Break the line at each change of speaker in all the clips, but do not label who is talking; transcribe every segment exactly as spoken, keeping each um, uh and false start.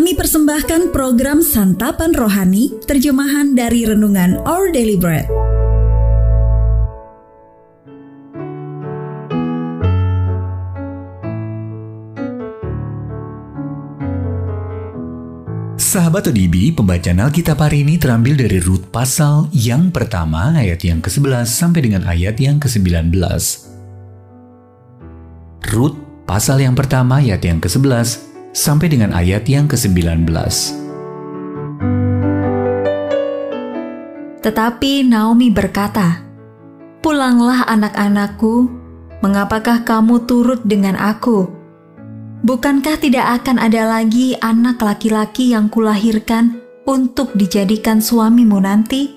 Kami persembahkan program Santapan Rohani, terjemahan dari Renungan Our Daily Bread.
Sahabat O D B, pembacaan Alkitab hari ini terambil dari Rut pasal yang pertama ayat yang kesebelas sampai dengan ayat yang kesembilan belas. Rut pasal yang pertama ayat yang kesebelas sampai dengan ayat yang kesembilan belas.
Tetapi Naomi berkata, "Pulanglah anak-anakku, mengapakah kamu turut dengan aku? Bukankah tidak akan ada lagi anak laki-laki yang kulahirkan untuk dijadikan suamimu nanti?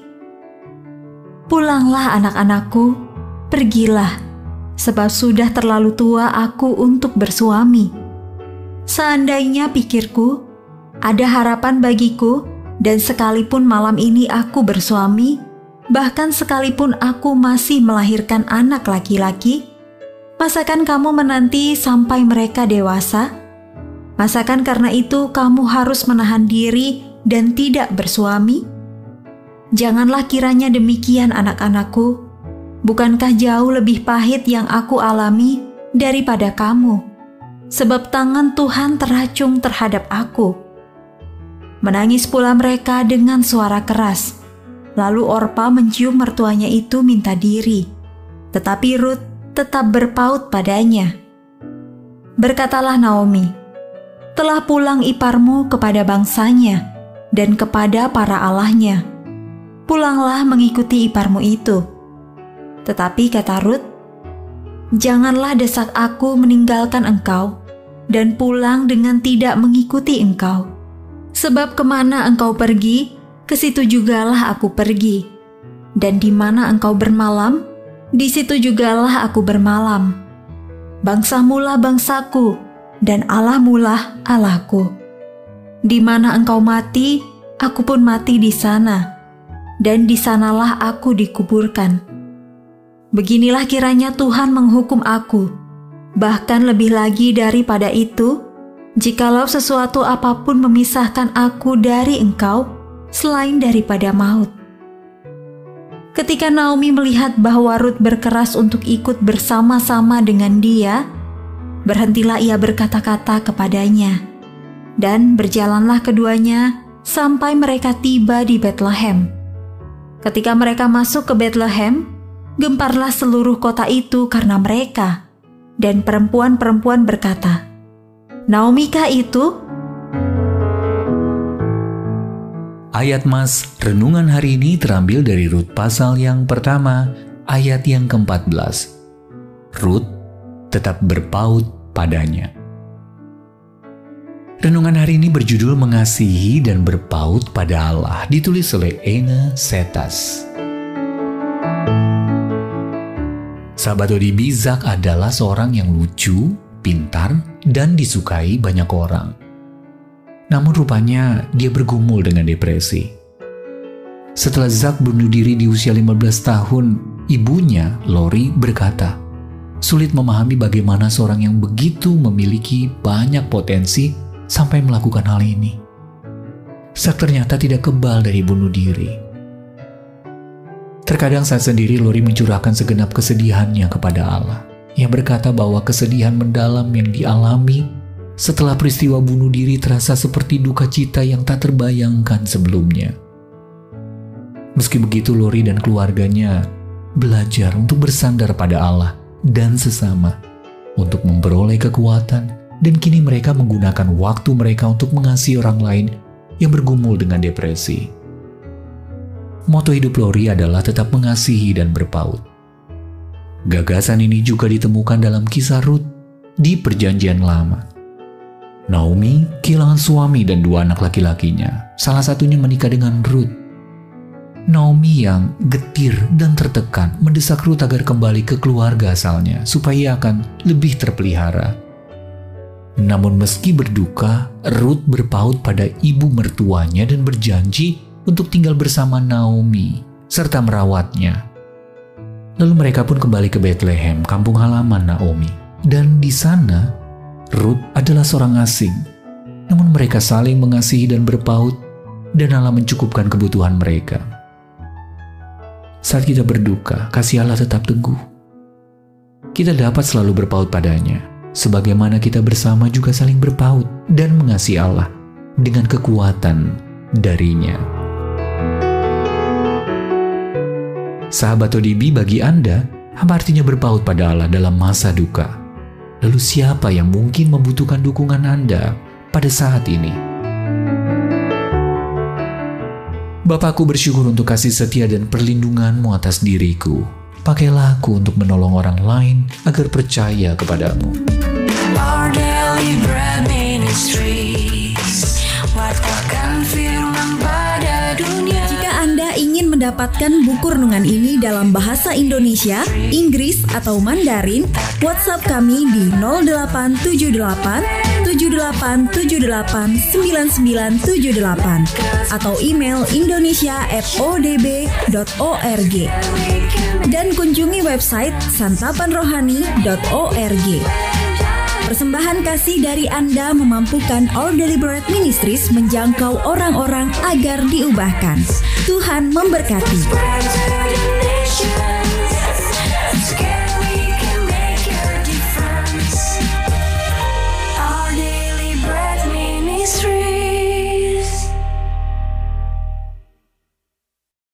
Pulanglah anak-anakku, pergilah, sebab sudah terlalu tua aku untuk bersuami. Seandainya pikirku, ada harapan bagiku, dan sekalipun malam ini aku bersuami, bahkan sekalipun aku masih melahirkan anak laki-laki, masakan kamu menanti sampai mereka dewasa? Masakan karena itu kamu harus menahan diri dan tidak bersuami? Janganlah kiranya demikian, anak-anakku. Bukankah jauh lebih pahit yang aku alami daripada kamu? Sebab tangan Tuhan teracung terhadap aku." Menangis pula mereka dengan suara keras. Lalu Orpa mencium mertuanya itu minta diri. Tetapi Rut tetap berpaut padanya. Berkatalah Naomi, "Telah pulang iparmu kepada bangsanya dan kepada para allahnya. Pulanglah mengikuti iparmu itu." Tetapi kata Rut, "Janganlah desak aku meninggalkan engkau dan pulang dengan tidak mengikuti engkau. Sebab kemana engkau pergi, ke situ jugalah aku pergi. Dan di mana engkau bermalam, di situ jugalah aku bermalam. Bangsamulah bangsaku, dan Allahmulah Allahku. Di mana engkau mati, aku pun mati di sana, dan di sanalah aku dikuburkan. Beginilah kiranya Tuhan menghukum aku, bahkan lebih lagi daripada itu, jikalau sesuatu apapun memisahkan aku dari engkau, selain daripada maut." Ketika Naomi melihat bahwa Rut berkeras untuk ikut bersama-sama dengan dia, berhentilah ia berkata-kata kepadanya, dan berjalanlah keduanya sampai mereka tiba di Betlehem. Ketika mereka masuk ke Betlehem, gemparlah seluruh kota itu karena mereka, dan perempuan-perempuan berkata, "Naomi kah itu?"
Ayat Mas renungan hari ini terambil dari Rut pasal yang pertama ayat yang keempat belas. Rut tetap berpaut padanya. Renungan hari ini berjudul Mengasihi dan Berpaut pada Allah, ditulis oleh Ena Setas. Sahabat O D B, Zak adalah seorang yang lucu, pintar, dan disukai banyak orang. Namun rupanya dia bergumul dengan depresi. Setelah Zak bunuh diri di usia lima belas tahun, ibunya, Lori, berkata, sulit memahami bagaimana seorang yang begitu memiliki banyak potensi sampai melakukan hal ini. Zak ternyata tidak kebal dari bunuh diri. Terkadang saat sendiri Lori mencurahkan segenap kesedihannya kepada Allah. Ia berkata bahwa kesedihan mendalam yang dialami setelah peristiwa bunuh diri terasa seperti duka cita yang tak terbayangkan sebelumnya. Meski begitu, Lori dan keluarganya belajar untuk bersandar pada Allah dan sesama untuk memperoleh kekuatan, dan kini mereka menggunakan waktu mereka untuk mengasihi orang lain yang bergumul dengan depresi. Moto hidup Lori adalah tetap mengasihi dan berpaut. Gagasan ini juga ditemukan dalam kisah Rut di Perjanjian Lama. Naomi kehilangan suami dan dua anak laki-lakinya. Salah satunya menikah dengan Rut. Naomi yang getir dan tertekan mendesak Rut agar kembali ke keluarga asalnya supaya ia akan lebih terpelihara. Namun meski berduka, Rut berpaut pada ibu mertuanya dan berjanji untuk tinggal bersama Naomi serta merawatnya. Lalu mereka pun kembali ke Bethlehem, kampung halaman Naomi. Dan di sana Rut adalah seorang asing. namun mereka saling mengasihi dan berpaut, dan Allah mencukupkan kebutuhan mereka. Saat kita berduka, kasih Allah tetap teguh. Kita dapat selalu berpaut padanya, sebagaimana kita bersama juga saling berpaut dan mengasihi Allah dengan kekuatan darinya. Sahabat O D B, bagi Anda, apa artinya berpaut pada Allah dalam masa duka? Lalu siapa yang mungkin membutuhkan dukungan Anda pada saat ini? Bapa, aku bersyukur untuk kasih setia dan perlindungan-Mu atas diriku. Pakailah aku untuk menolong orang lain agar percaya kepadamu.
Our Daily Bread Ministries, watakkan firman pada dunia.
Jika Anda ingin mendapatkan buku renungan ini dalam bahasa Indonesia, Inggris, atau Mandarin, WhatsApp kami di nol delapan tujuh delapan tujuh delapan tujuh delapan sembilan sembilan tujuh delapan atau email indonesia at o d b dot org dan kunjungi website santapan rohani dot org. Persembahan kasih dari Anda memampukan Our Daily Bread Ministries menjangkau orang-orang agar diubahkan. Tuhan memberkati.